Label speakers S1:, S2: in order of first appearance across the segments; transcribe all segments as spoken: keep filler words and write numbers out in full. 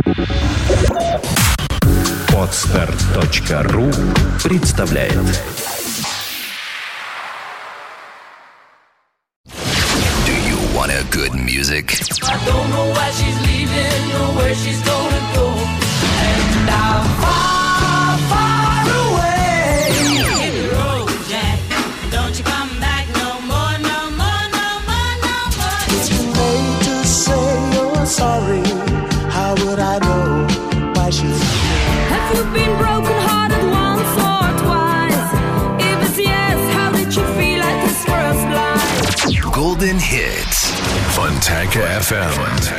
S1: Подстер точка ру представляет.
S2: Do you want a good music?
S3: I don't know why she's leaving or where she's gonna go. And I'm far, far away. Hit the road, Jack. Don't you come back no more, no more, no more, no more.
S4: It's too late to say you're sorry. How would I know why she's...
S5: Have you been broken-hearted once or twice? If it's yes, how did you feel at this first light?
S2: Golden Hits. Fontanka эф эм.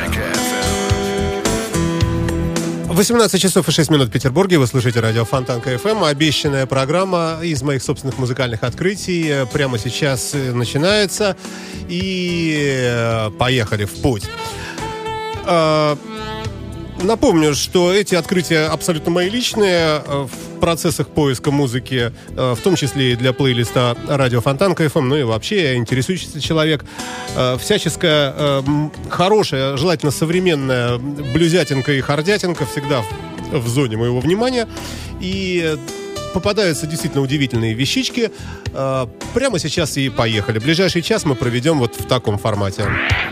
S6: восемнадцать часов и шесть минут в Петербурге. Вы слушаете радио Фонтанка эф эм. Обещанная программа из моих собственных музыкальных открытий прямо сейчас начинается. И поехали в путь. Напомню, что эти открытия абсолютно мои личные, в процессах поиска музыки, в том числе и для плейлиста радио Фонтанка эф эм, ну и вообще интересующийся человек. Всяческая хорошая, желательно современная блюзятинка и хардятинка всегда в зоне моего внимания. И попадаются действительно удивительные вещички. Прямо сейчас и поехали. Ближайший час мы проведем вот в таком формате.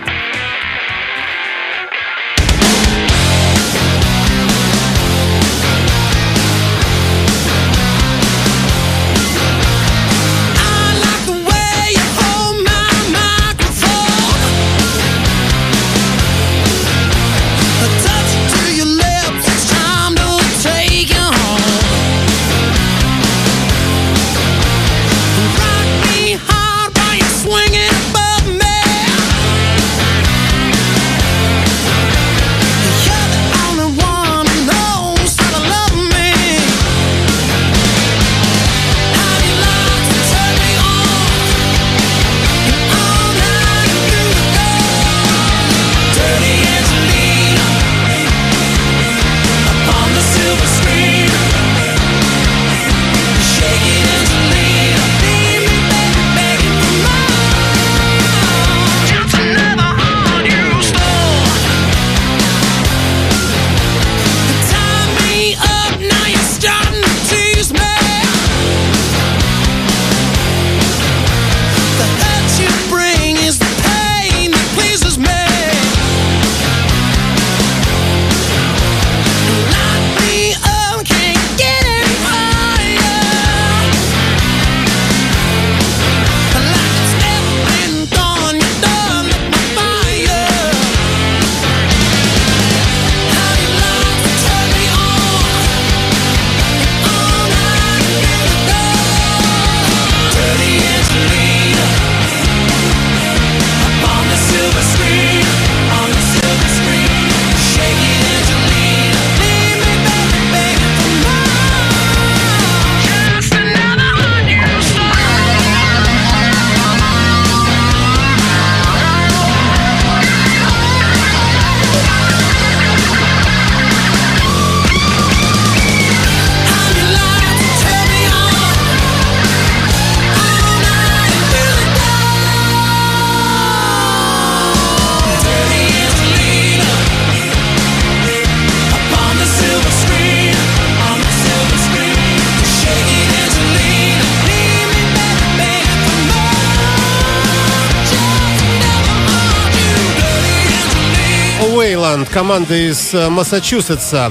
S6: Команда из Массачусетса.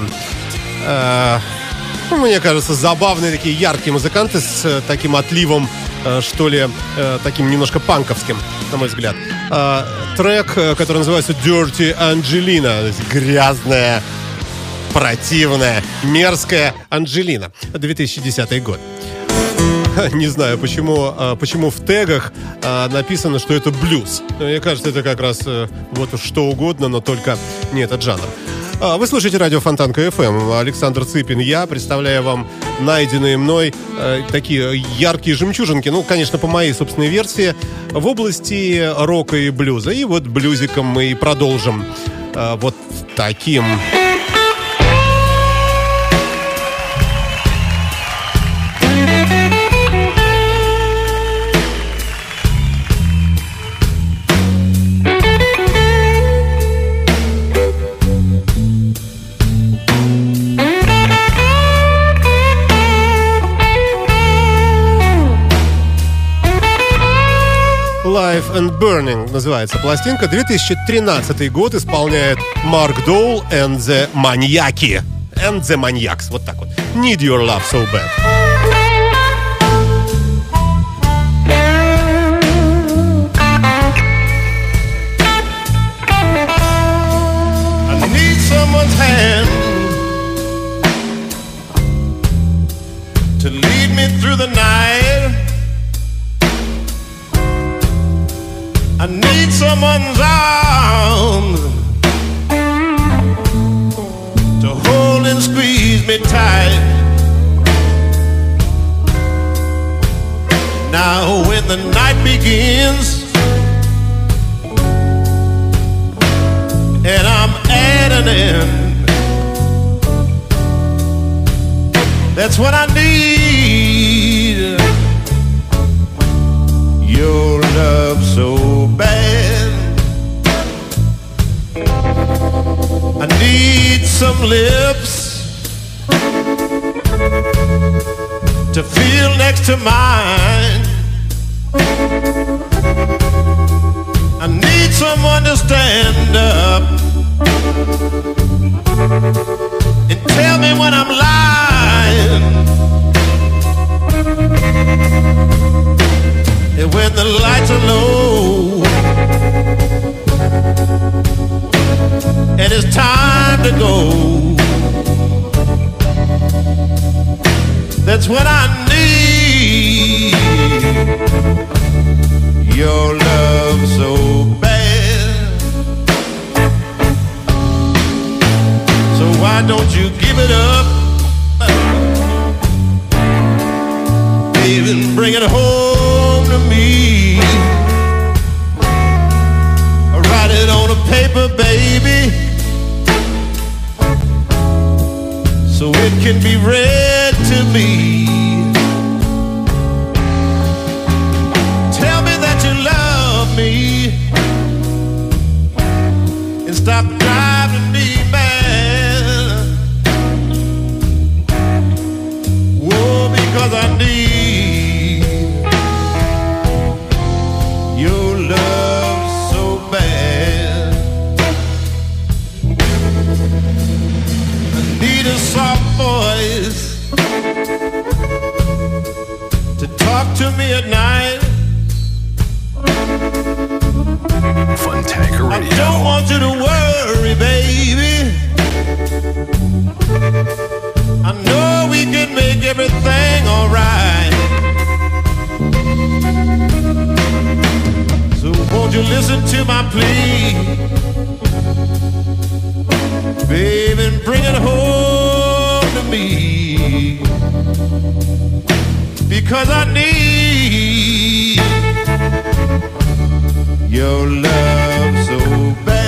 S6: Э, мне кажется, забавные такие яркие музыканты с таким отливом, э, что ли, э, таким немножко панковским, на мой взгляд. Э, трек, который называется Dirty Angelina, то есть грязная, противная, мерзкая Анджелина. две тысячи десятый год. Не знаю, почему, почему в тегах написано, что это блюз. Мне кажется, это как раз вот что угодно, но только не этот жанр. Вы слушаете радио Фонтанка эф эм. Александр Цыпин, я представляю вам найденные мной такие яркие жемчужинки. Ну, конечно, по моей собственной версии, в области рока и блюза. И вот блюзиком мы и продолжим вот таким... Alive and Burning называется пластинка. две тысячи тринадцатый год, исполняет Марк Доул and the Maniacs. And the Maniacs, вот так вот. Need Your Love So Bad.
S7: I need someone's hand to lead me through the night. I need someone's arms to hold and squeeze me tight. Now when the night begins and I'm at an end, that's what I need. Your love so bad. I need some lips to feel next to mine. I need someone to stand up and tell me when I'm lying. And when the lights are low and it's time to go, that's what I need. Your love so bad. So why don't you give it up, baby, and bring it home to me. Write it on a paper, baby, so it can be read to me. Tell me that you love me and stop driving me mad. Whoa, because I need your love so bad. I need a soft voice to talk to me at night.
S2: Funtanker
S7: I
S2: Radio.
S7: don't want you to worry, baby. I know we can make everything alright. So won't you listen to my plea, baby, and bring it home to me, because I need your love so bad.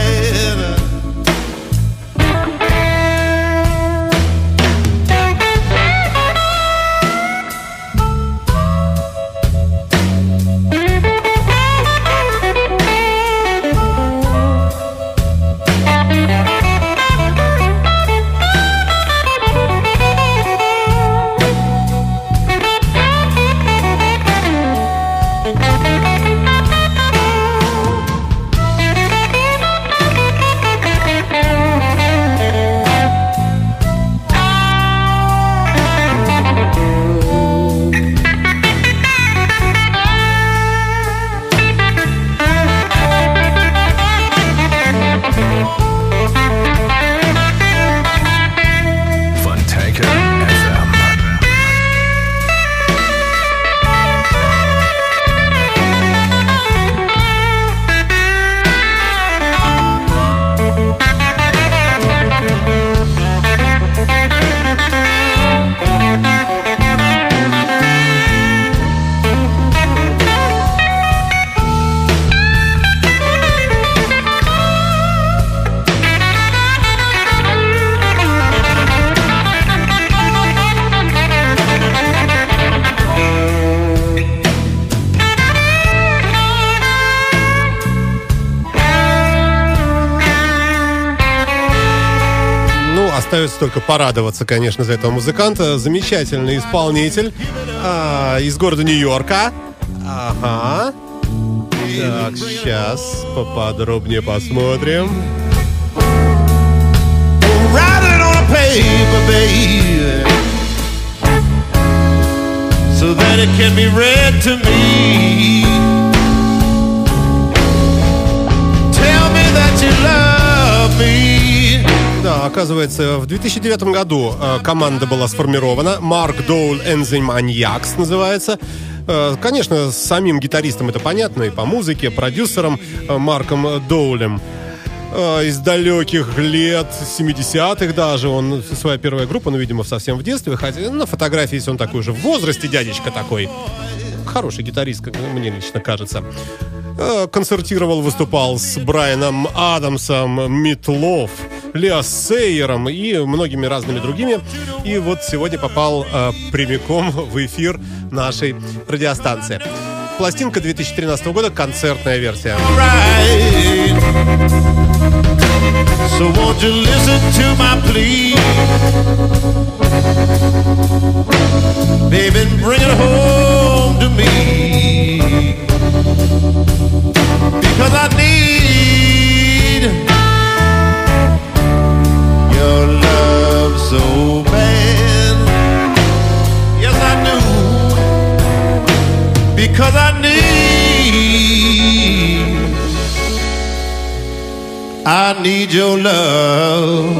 S6: Остается только порадоваться, конечно, за этого музыканта. Замечательный исполнитель а, из города Нью-Йорка. Ага. Так, сейчас поподробнее посмотрим.
S7: Write it on a paper, baby, so that it can be read to me. Tell me that you love me.
S6: Да, оказывается, в две тысячи девятом году э, команда была сформирована. Mark Dole and the Maniacs называется. Э, конечно, с самим гитаристом это понятно, и по музыке, продюсером э, Марком Доулем. Э, из далеких лет, семидесятых даже, он, своя первая группа, ну, видимо, совсем в детстве, хотя на фотографии, если он такой уже в возрасте, дядечка такой. Хороший гитарист, как мне лично кажется. Концертировал, выступал с Брайаном Адамсом, Митлов, Лео Сейером и многими разными другими. И вот сегодня попал э, прямиком в эфир нашей радиостанции. Пластинка две тысячи тринадцатого года, концертная версия.
S7: Right. So won't you listen to my plea? Baby, bring it home to me. Because I need your love so bad. Yes, I do. Because I need I need your love.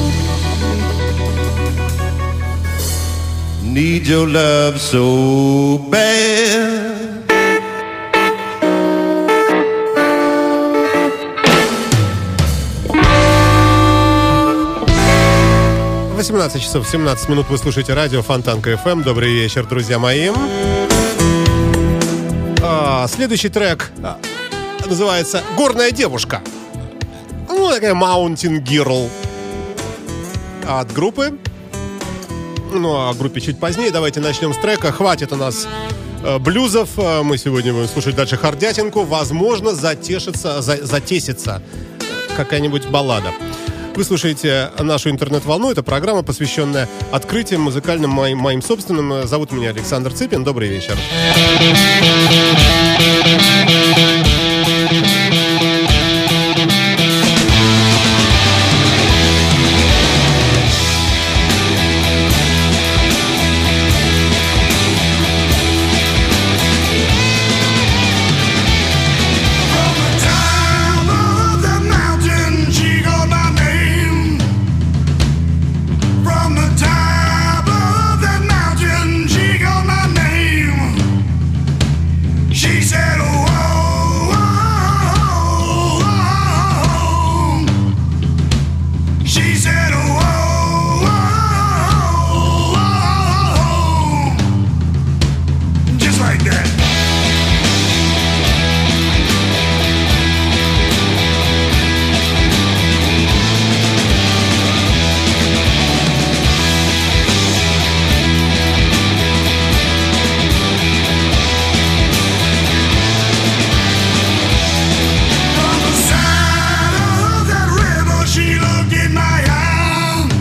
S7: Need your love so bad.
S6: восемнадцать часов семнадцать минут вы слушаете радио Фонтанка эф эм. Добрый вечер, друзья мои. А, следующий трек а, называется «Горная девушка». Ну, такая Mountain Girl от группы. Ну, о группе чуть позднее. Давайте начнем с трека. Хватит у нас э, блюзов. Мы сегодня будем слушать дальше хардятинку. Возможно, затешится, за, затесится какая-нибудь баллада. Вы слушаете нашу интернет-волну. Это программа, посвященная открытиям музыкальным моим, моим собственным. Зовут меня Александр Цыпин. Добрый вечер.
S8: She looked in my eyes.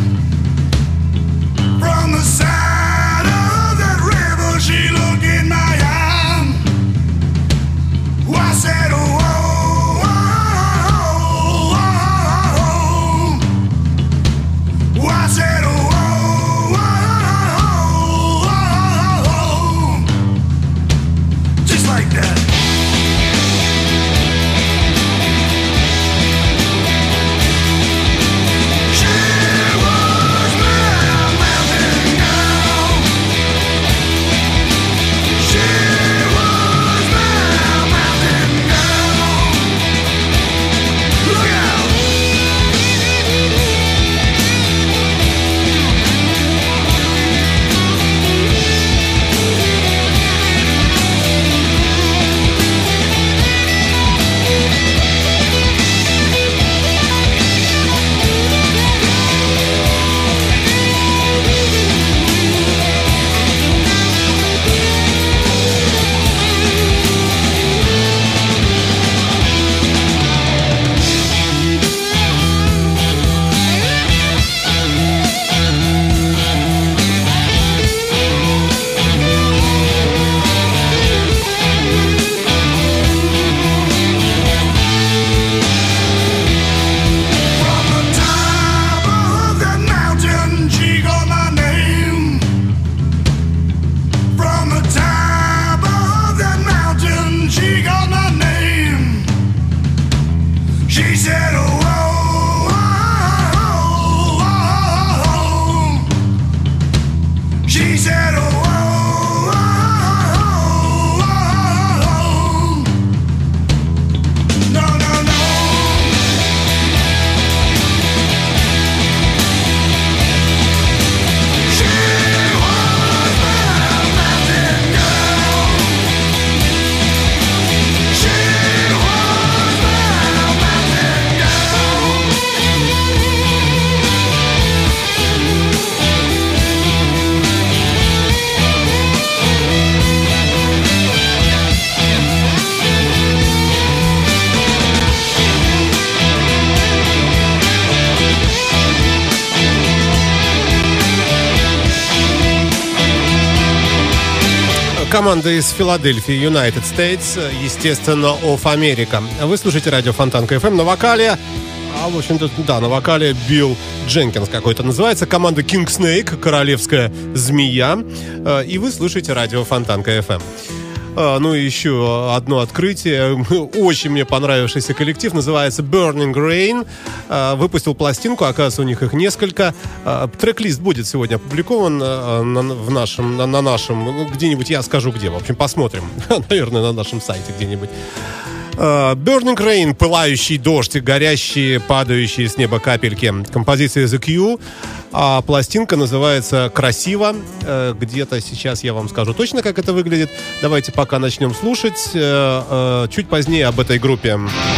S6: Команда из Филадельфии, United States, естественно, of America. Вы слушаете радио Фонтанка эф эм на вокале. А, в общем-то, да, на вокале Билл Дженкинс какой-то называется. Команда King Snake, королевская змея. И вы слушаете радио Фонтанка эф эм. Ну и еще одно открытие. Очень мне понравившийся коллектив. Называется Burning Rain. Выпустил пластинку. Оказывается, у них их несколько. Трек-лист будет сегодня опубликован в нашем, на нашем, где-нибудь, я скажу где. В общем, посмотрим. Наверное, на нашем сайте где-нибудь. Burning Rain, пылающий дождь, горящие, падающие с неба капельки. Композиция The Q. А пластинка называется «Красиво». Где-то сейчас я вам скажу точно, как это выглядит. Давайте пока начнем слушать. Чуть позднее об этой группе.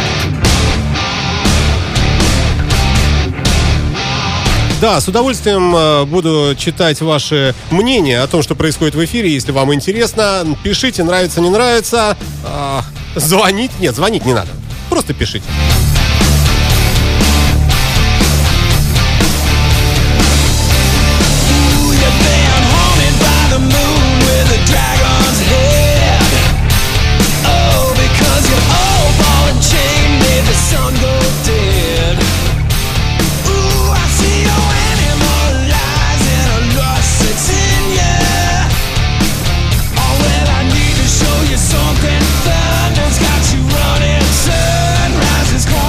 S6: Да, с удовольствием буду читать ваши мнения о том, что происходит в эфире. Если вам интересно, пишите, нравится, не нравится. Звонить? Нет, звонить не надо. Просто пишите.
S8: Something thunder's got you running. Sunrise is gone.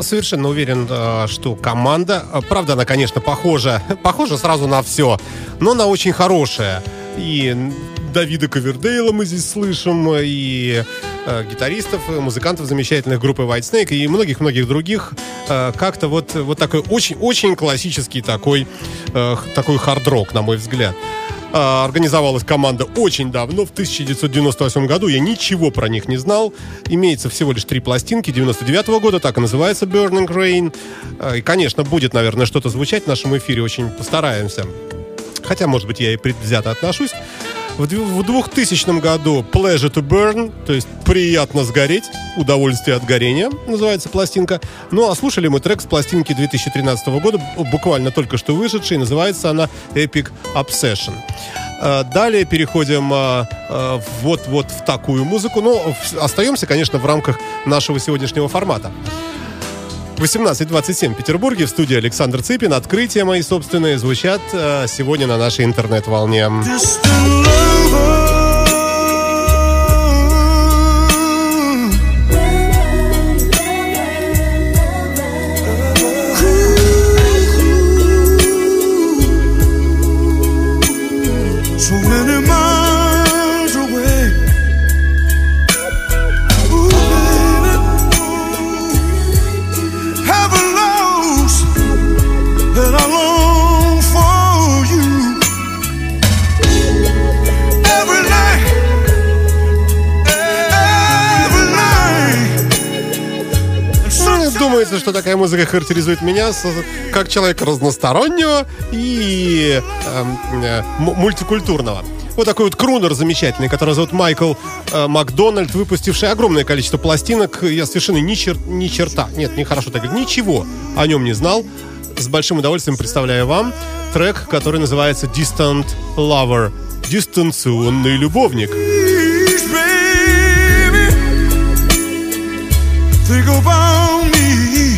S6: совершенно уверен, э, что команда, э, правда, она, конечно, похожа, похожа сразу на все, но она очень хорошая. И Давида Ковердейла мы здесь слышим, и э, гитаристов, музыкантов замечательных группы White Snake и многих-многих других. Э, как-то вот, вот такой очень-очень классический такой, э, такой хард-рок, на мой взгляд. Э, организовалась команда очень давно, в тысяча девятьсот девяносто восьмом году. Я ничего про них не знал. Имеется всего лишь три пластинки девяносто девятого года, так и называется Burning Rain. Э, и, конечно, будет, наверное, что-то звучать в нашем эфире, очень постараемся. Хотя, может быть, я и предвзято отношусь. В двухтысячном году Pleasure to Burn, то есть приятно сгореть, удовольствие от горения, называется пластинка. Ну, а слушали мы трек с пластинки две тысячи тринадцатого года, буквально только что вышедшей, называется она Epic Obsession. Далее переходим вот-вот в такую музыку, но остаемся, конечно, в рамках нашего сегодняшнего формата. восемнадцать двадцать семь в Петербурге, в студии Александр Цыпин. Открытия мои собственные звучат э, сегодня на нашей интернет-волне. Думается, что такая музыка характеризует меня как человека разностороннего и э, э, мультикультурного. Вот такой вот крунер замечательный, который зовут Майкл э, Макдональд, выпустивший огромное количество пластинок. Я совершенно ни, чер, ни черта, нет, нехорошо так говорить, ничего о нем не знал. С большим удовольствием представляю вам трек, который называется Distant Lover, дистанционный любовник.
S7: Think about me.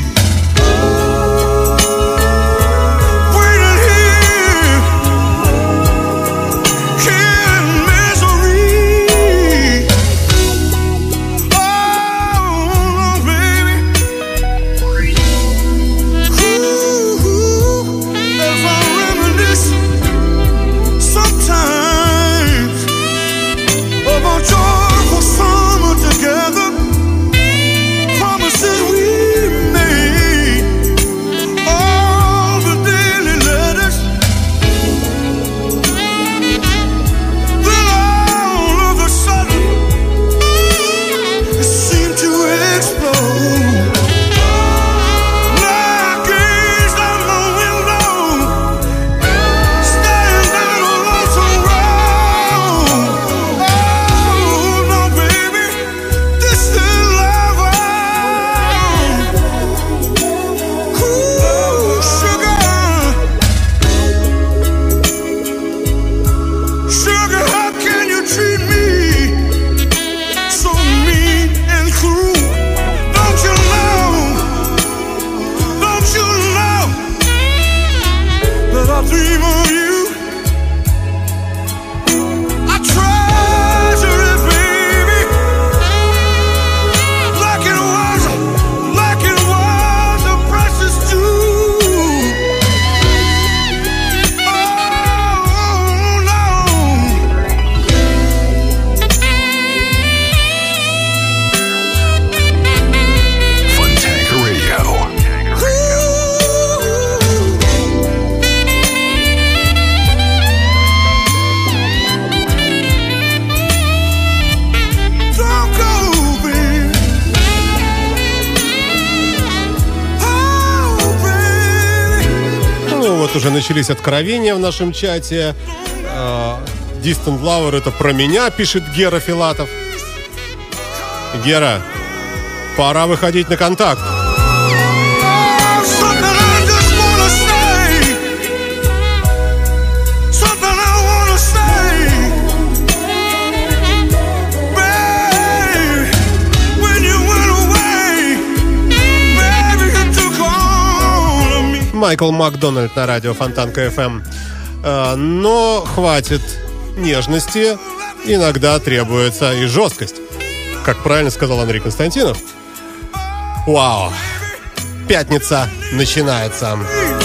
S7: Waiting here in misery. Oh, baby. Ooh, as I reminisce sometimes of our joyful summer together. Promises we made, all the daily letters, then all of a sudden it seemed to explode. Now I gaze out my window, staring down a lonesome road. Oh no, baby, this is love. Dream of you, I treasure it, baby, like it was, like it was a precious jewel. Oh no,
S2: Fontanka Radio.
S6: Вот уже начались откровения в нашем чате. Distant Lover — это про меня, пишет Гера Филатов. Гера, пора выходить на контакт. Майкл Макдональд на радио Фонтанка эф эм. Э, но хватит нежности, иногда требуется и жесткость. Как правильно сказал Андрей Константинов. Вау. пятница начинается.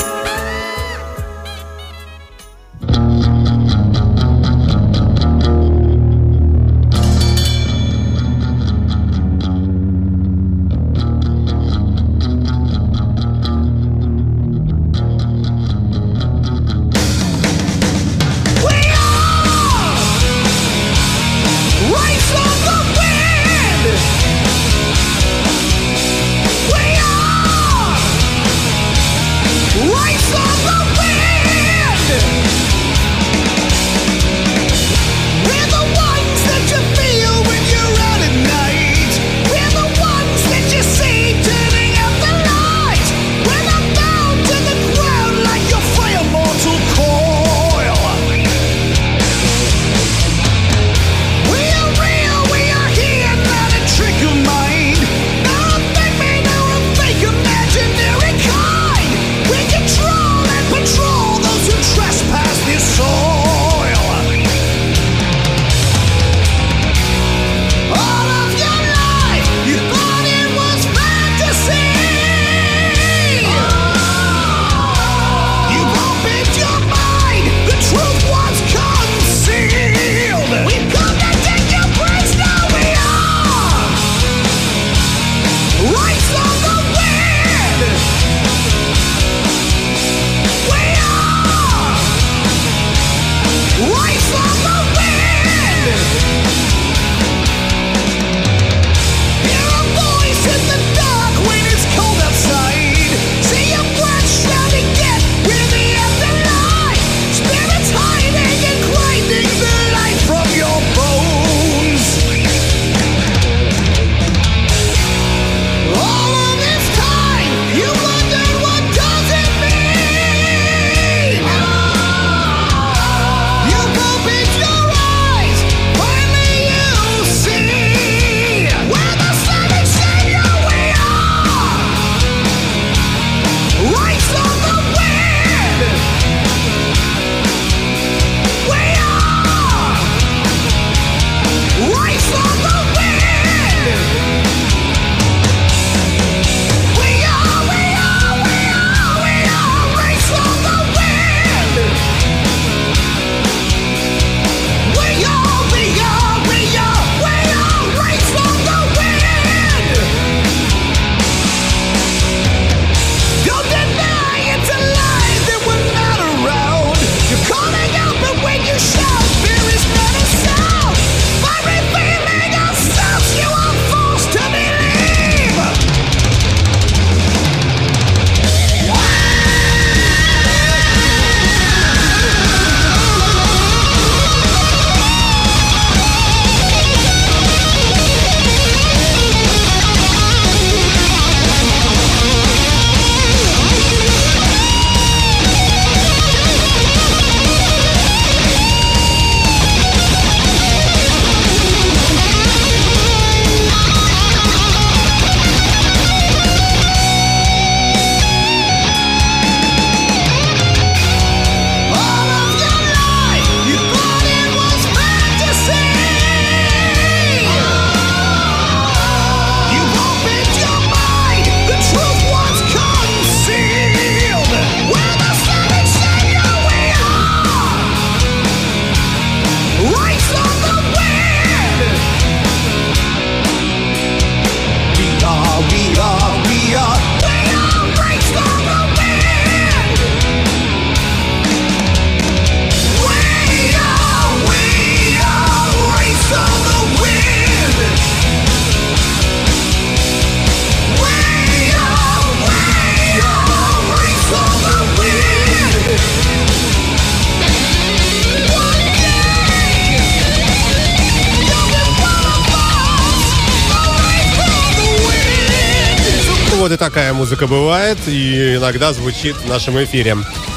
S6: Вот и такая музыка бывает, и иногда звучит в нашем эфире.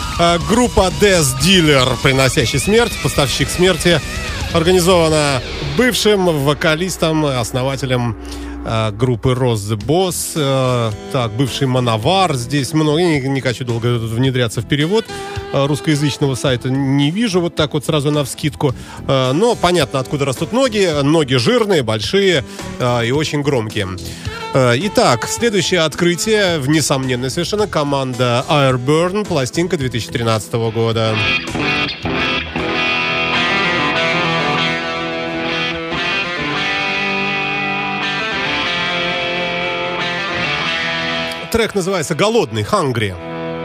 S6: Группа Death Dealer, приносящий смерть, поставщик смерти, организована бывшим вокалистом, основателем э, группы Ross the Boss, э, так, бывший Мановар. Здесь много, я не, не хочу долго внедряться в перевод э, русскоязычного сайта, не вижу вот так вот сразу навскидку. Э, но понятно, откуда растут ноги. Ноги жирные, большие э, и очень громкие. Э, итак, следующее открытие, несомненно совершенно, команда Airburn, пластинка две тысячи тринадцатого года. Трек называется «Голодный», «Hungry».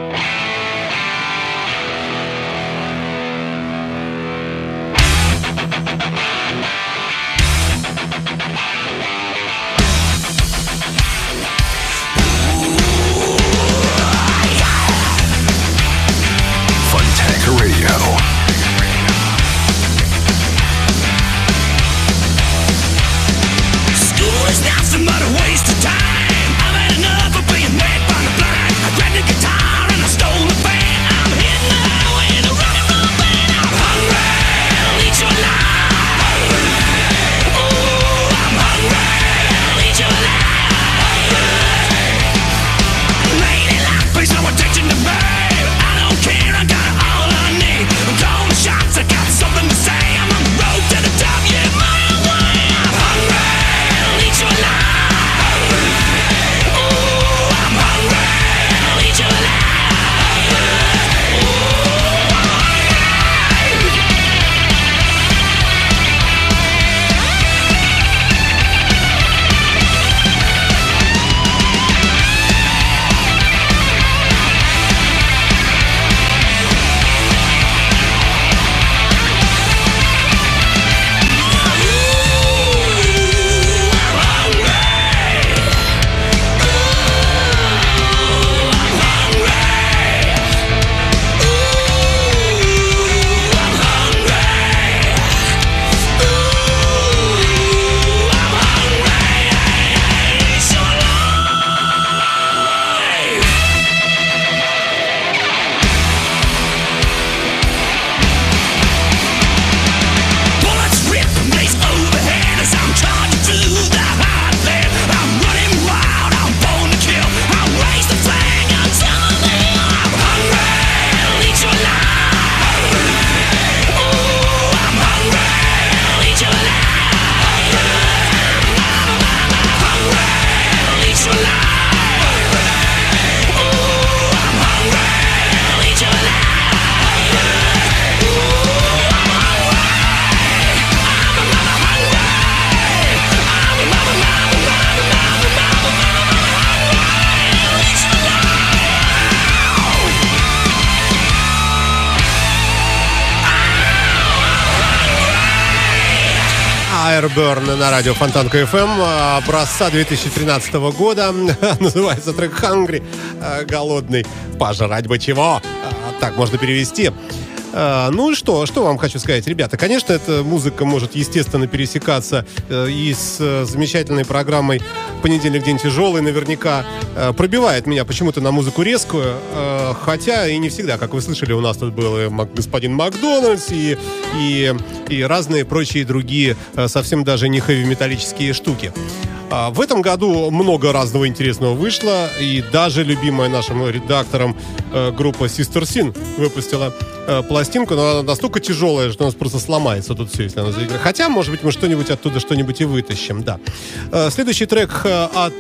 S6: Airburn на радио Фонтанка эф эм, образца две тысячи тринадцатого года. Называется трек «Hungry», голодный. Пожрать бы чего. Так можно перевести. Ну и что, что вам хочу сказать, ребята. Конечно, эта музыка может, естественно, пересекаться и с замечательной программой «Понедельник, день тяжелый». Наверняка пробивает меня почему-то на музыку резкую. Хотя и не всегда, как вы слышали, у нас тут был и господин Макдональдс, и, и, и разные прочие другие, совсем даже не хэви-металлические штуки. В этом году много разного интересного вышло, и даже любимая нашим редактором группа Sister Sin выпустила пластинку, но она настолько тяжелая, что у нас просто сломается тут все, если она заиграет. Хотя, может быть, мы что-нибудь оттуда что-нибудь и вытащим, да. Следующий трек от,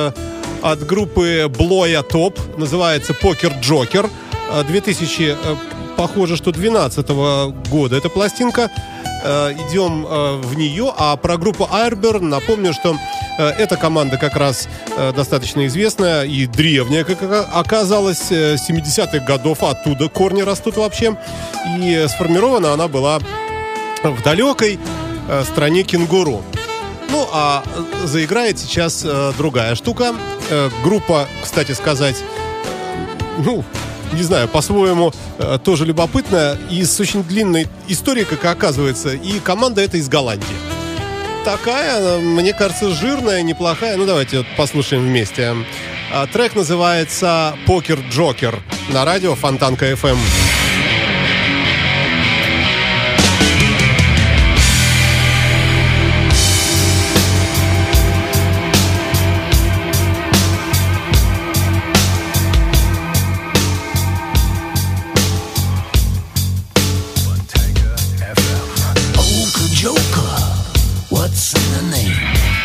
S6: от группы Bloya Top называется «Покер Джокер». две тысячи, похоже, что двенадцатого года эта пластинка. Идем в нее. А про группу Airburn напомню, что эта команда как раз достаточно известная и древняя, как оказалось, семидесятых годов, оттуда корни растут вообще. И сформирована она была в далекой стране кенгуру. Ну, а заиграет сейчас другая штука. Группа, кстати сказать, ну... не знаю, по-своему э, тоже любопытно и с очень длинной историей, как оказывается. И команда эта из Голландии. Такая, мне кажется, жирная, неплохая. Ну, давайте вот послушаем вместе. А, трек называется «Покер Джокер» на радио Фонтанка эф эм.
S8: what's in the name.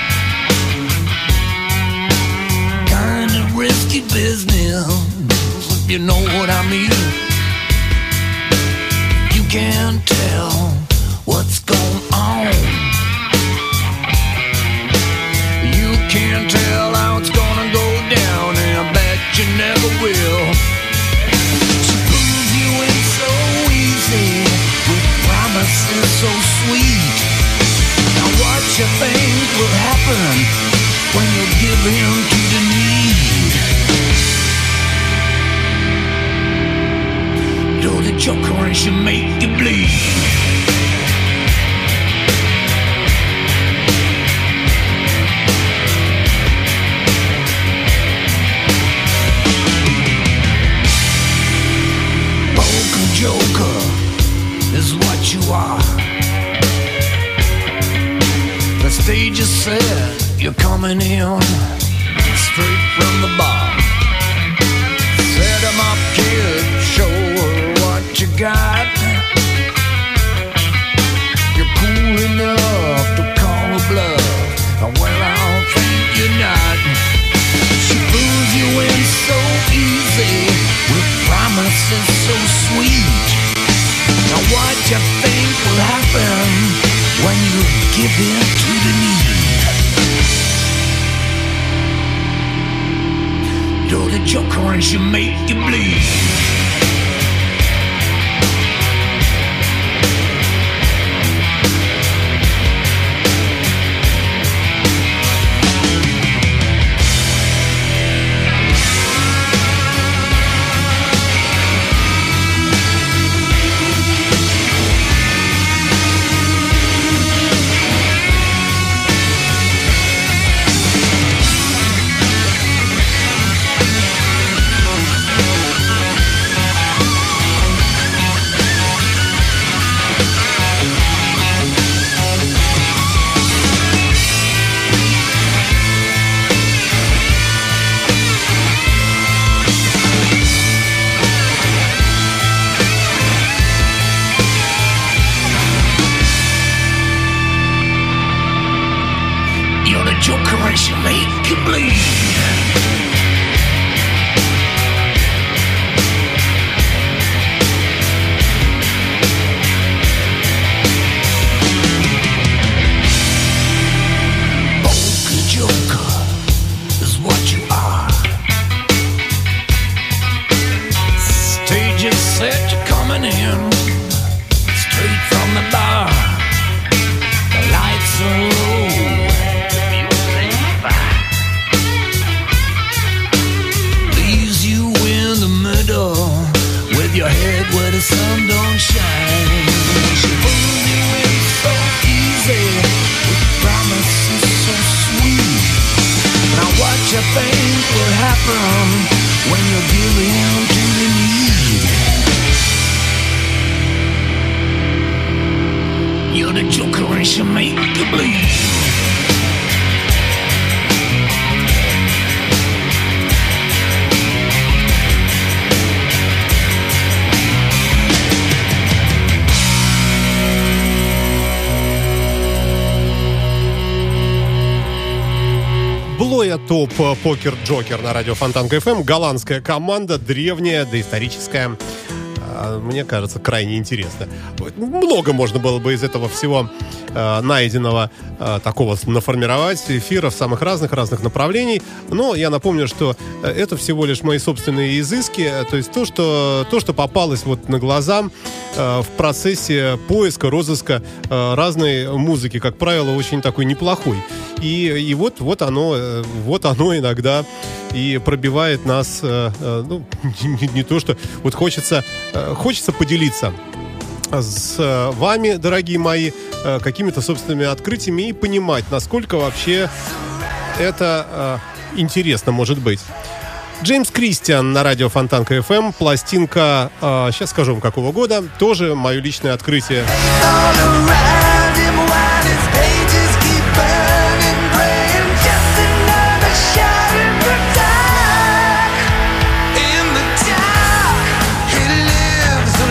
S8: Kind of risky business, if you know what I mean. You can't tell what's going on. You can't tell how it's gonna go down, and I bet you never will. She pulls you in so easy, with promises so sweet. Now what you think will happen when you give in to the need? Though the joker and she make you bleed. Joker is what you are. The stage is set, you're coming in straight from the bar. Set 'em up, kid, show her what you got. You're cool enough to call her bluff, well, I don't think you're not. She pulls you in so easy, with promises so sweet. Now what you think will happen when you give in to the need? Though the joker and she make you bleed.
S6: Топ Покер Джокер на радио Фонтанка эф эм. Голландская команда, древняя, доисторическая. Мне кажется, крайне интересно. Много можно было бы из этого всего э, найденного э, такого наформировать, эфиров самых разных-разных направлений. Но я напомню, что это всего лишь мои собственные изыски. То есть то, что, то, что попалось вот на глаза э, в процессе поиска, розыска э, разной музыки, как правило, очень такой неплохой. И, и вот, вот, оно, вот оно иногда и пробивает нас, э, э, ну, не, не то, что вот хочется, э, хочется поделиться с э, вами, дорогие мои, э, какими-то собственными открытиями и понимать, насколько вообще это э, интересно может быть. Джеймс Кристиан на радио Фонтанка эф эм, пластинка, э, сейчас скажу вам какого года, тоже мое личное открытие.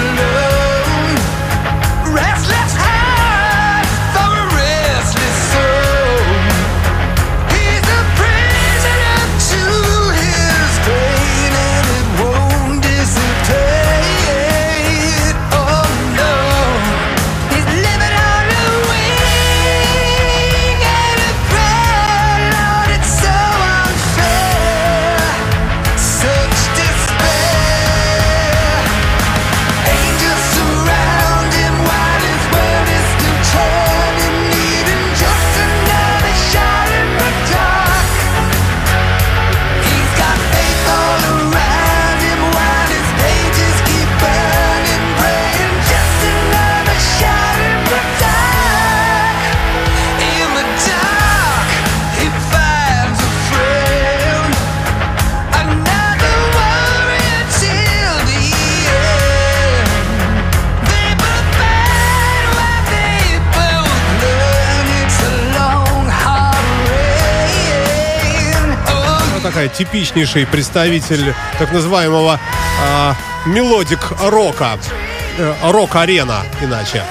S7: Restless heart for a restless soul.
S6: такая типичнейший представитель так называемого э, мелодик-рока. Э, рок-арена, иначе.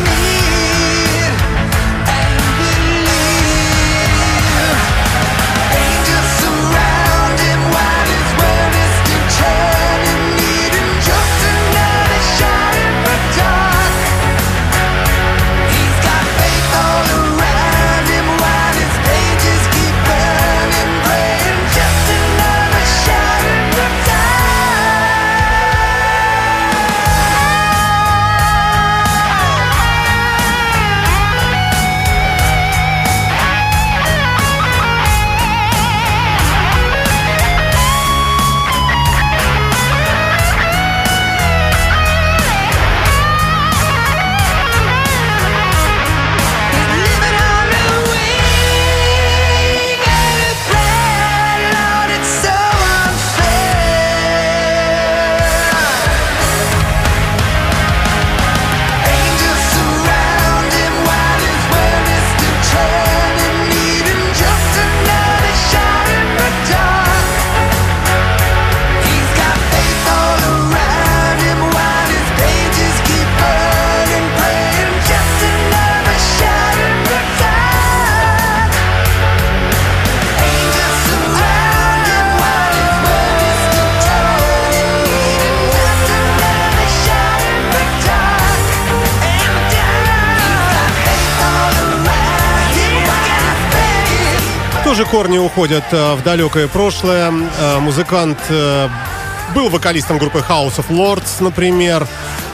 S6: Тоже корни уходят э, в далекое прошлое. Э, музыкант э, был вокалистом группы House of Lords, например.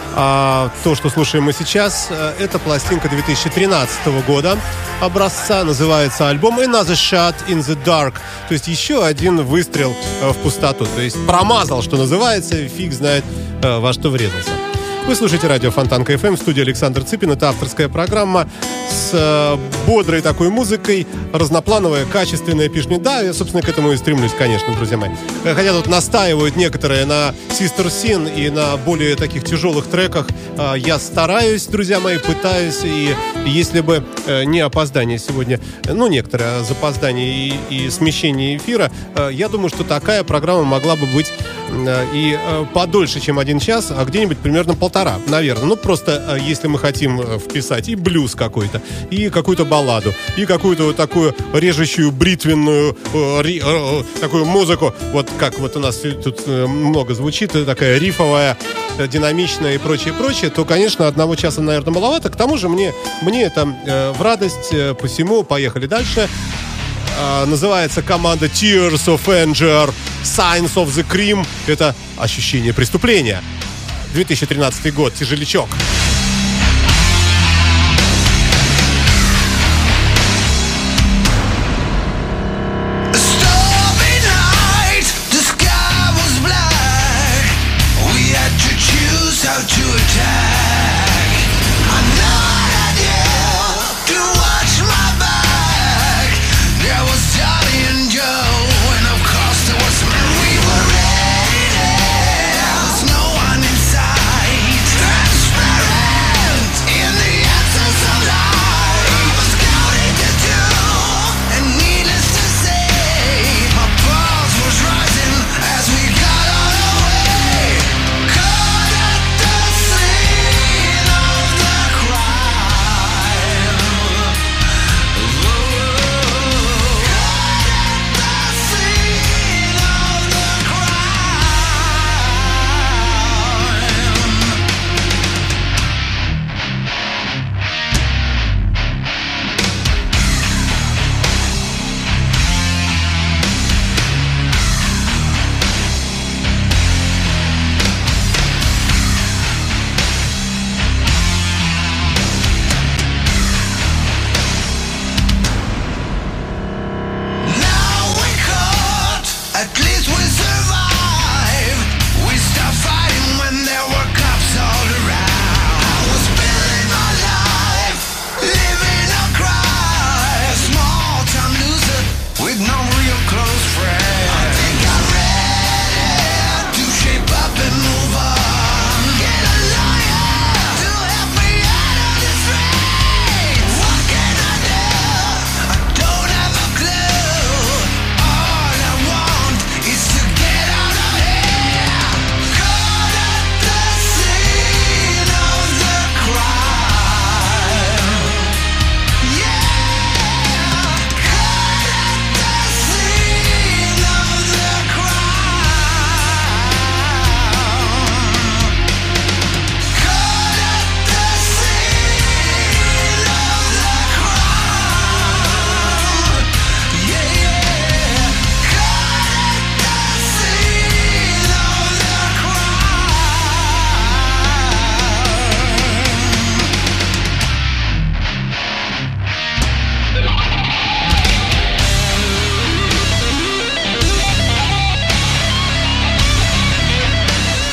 S6: А то, что слушаем мы сейчас, э, это пластинка две тысячи тринадцатого года образца. Называется альбом Another Shot in the Dark. То есть еще один выстрел э, в пустоту. То есть промазал, что называется, фиг знает э, во что врезался. Вы слушаете радио Фонтанка эф эм, в студии Александр Цыпин. Это авторская программа с э, бодрой такой музыкой, разноплановая, качественная, пишет. Да, я, собственно, к этому и стремлюсь, конечно, друзья мои. Хотя тут настаивают некоторые на Sister Sin и на более таких тяжелых треках. Э, я стараюсь, друзья мои, пытаюсь. И если бы э, не опоздание сегодня, ну, некоторое запоздание и, и смещение эфира, э, я думаю, что такая программа могла бы быть э, и э, подольше, чем один час, а где-нибудь примерно полтора, наверное. Ну, просто э, если мы хотим э, вписать и блюз какой-то, и какую-то балладу, и какую-то вот такую режущую, бритвенную э, ри, э, такую музыку, вот как вот у нас тут э, много звучит, такая рифовая, э, динамичная и прочее, прочее, то, конечно, одного часа, наверное, маловато. К тому же мне, мне это э, в радость, э, посему поехали дальше. Э, называется команда Tears of Anger, Signs of the Crime. Это ощущение преступления. две тысячи тринадцатый год, тяжелячок.
S8: No one inside. Transparent.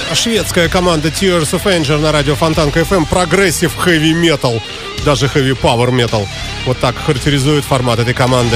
S6: Шведская команда Tears of Anger на радио Фонтанка эф эм. Прогрессив хэви метал, даже хэви пауэр метал. Вот так характеризует формат этой команды.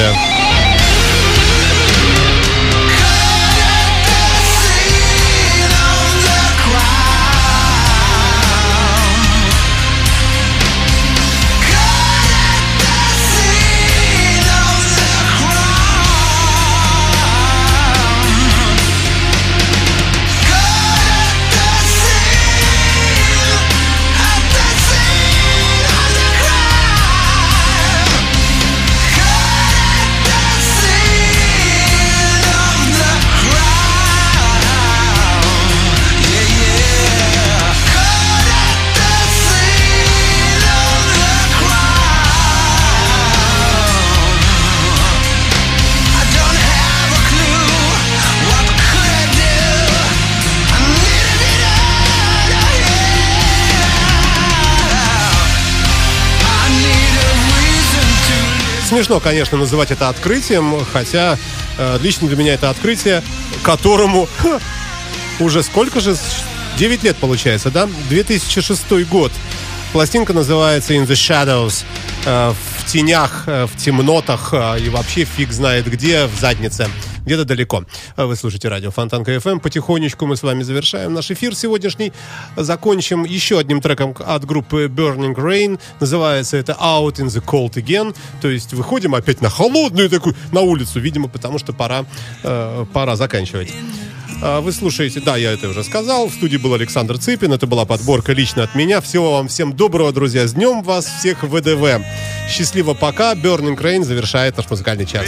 S6: Смешно, конечно, называть это открытием, хотя э, лично для меня это открытие, которому ха, уже сколько же? девять лет получается, да? две тысячи шестой год. Пластинка называется In the Shadows. Э, в тенях, э, в темнотах э, и вообще фиг знает где, в заднице. Где-то далеко. Вы слушаете радио Фонтанка эф эм. Потихонечку мы с вами завершаем наш эфир сегодняшний. Закончим еще одним треком от группы Burning Rain. Называется это Out in the Cold Again. То есть выходим опять на холодную такую, на улицу, видимо, потому что пора, э, пора заканчивать. Вы слушаете, да, я это уже сказал. В студии был Александр Цыпин. Это была подборка лично от меня. Всего вам всем доброго, друзья. С днем вас всех в ВДВ. Счастливо пока. Burning Rain завершает наш музыкальный час.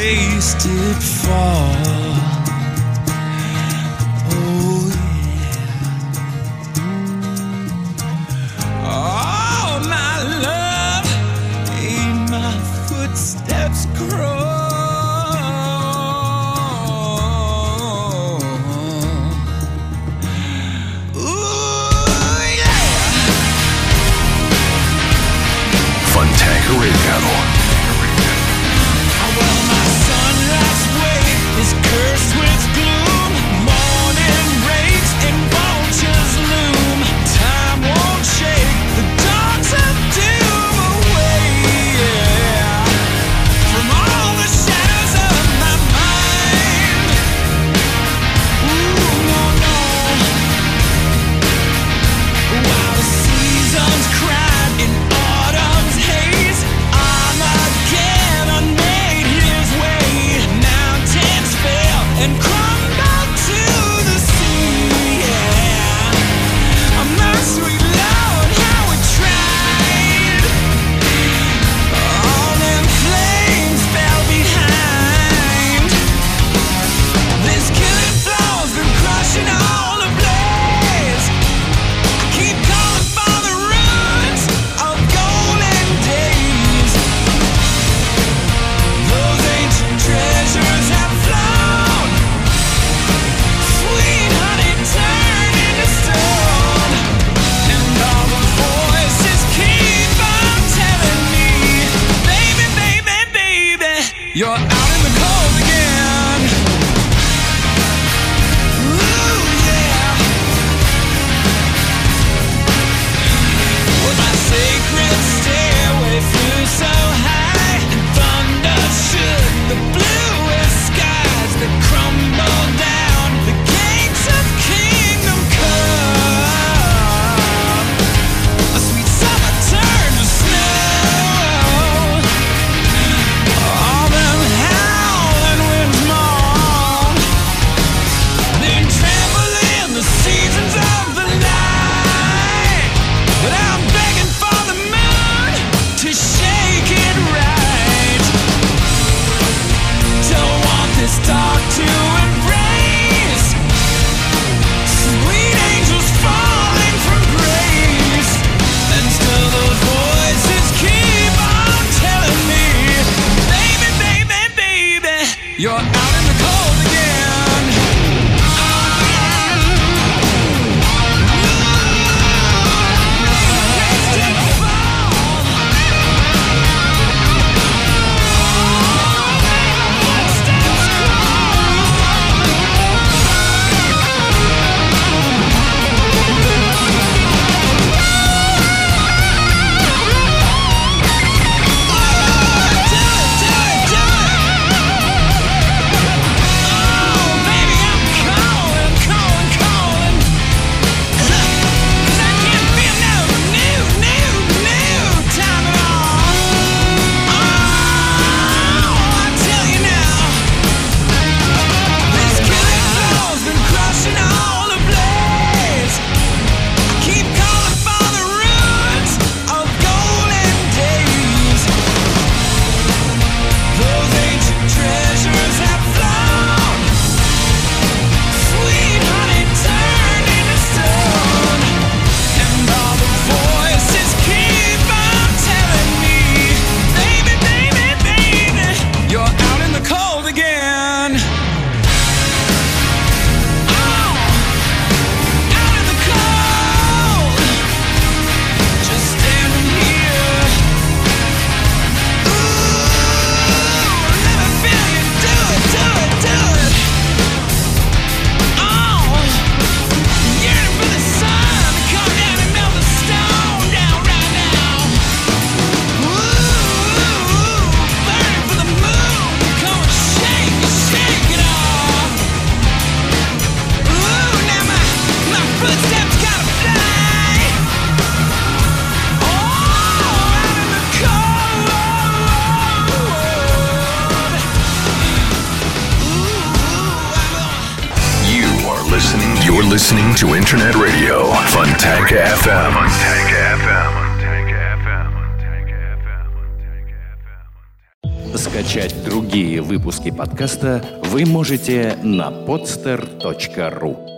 S8: You're out in the cold again. Ooh, yeah. Well, my sacred stairway flew so high, and thunder shook the bluest skies that crumble down. The gates of kingdom come. A sweet summer turned to snow. All them howling winds moan. Then trample in the seasons of the night. But I'm begging for the moon to shake it right. Don't want this dark to embrace. Sweet angels falling from grace. And still those voices keep on telling me, baby, baby, baby, you're out in the cold again.
S2: listening. You're listening to Internet Radio Fontanka эф эм. Fontanka эф эм.
S1: Скачать другие выпуски подкаста вы можете на podster точка ру.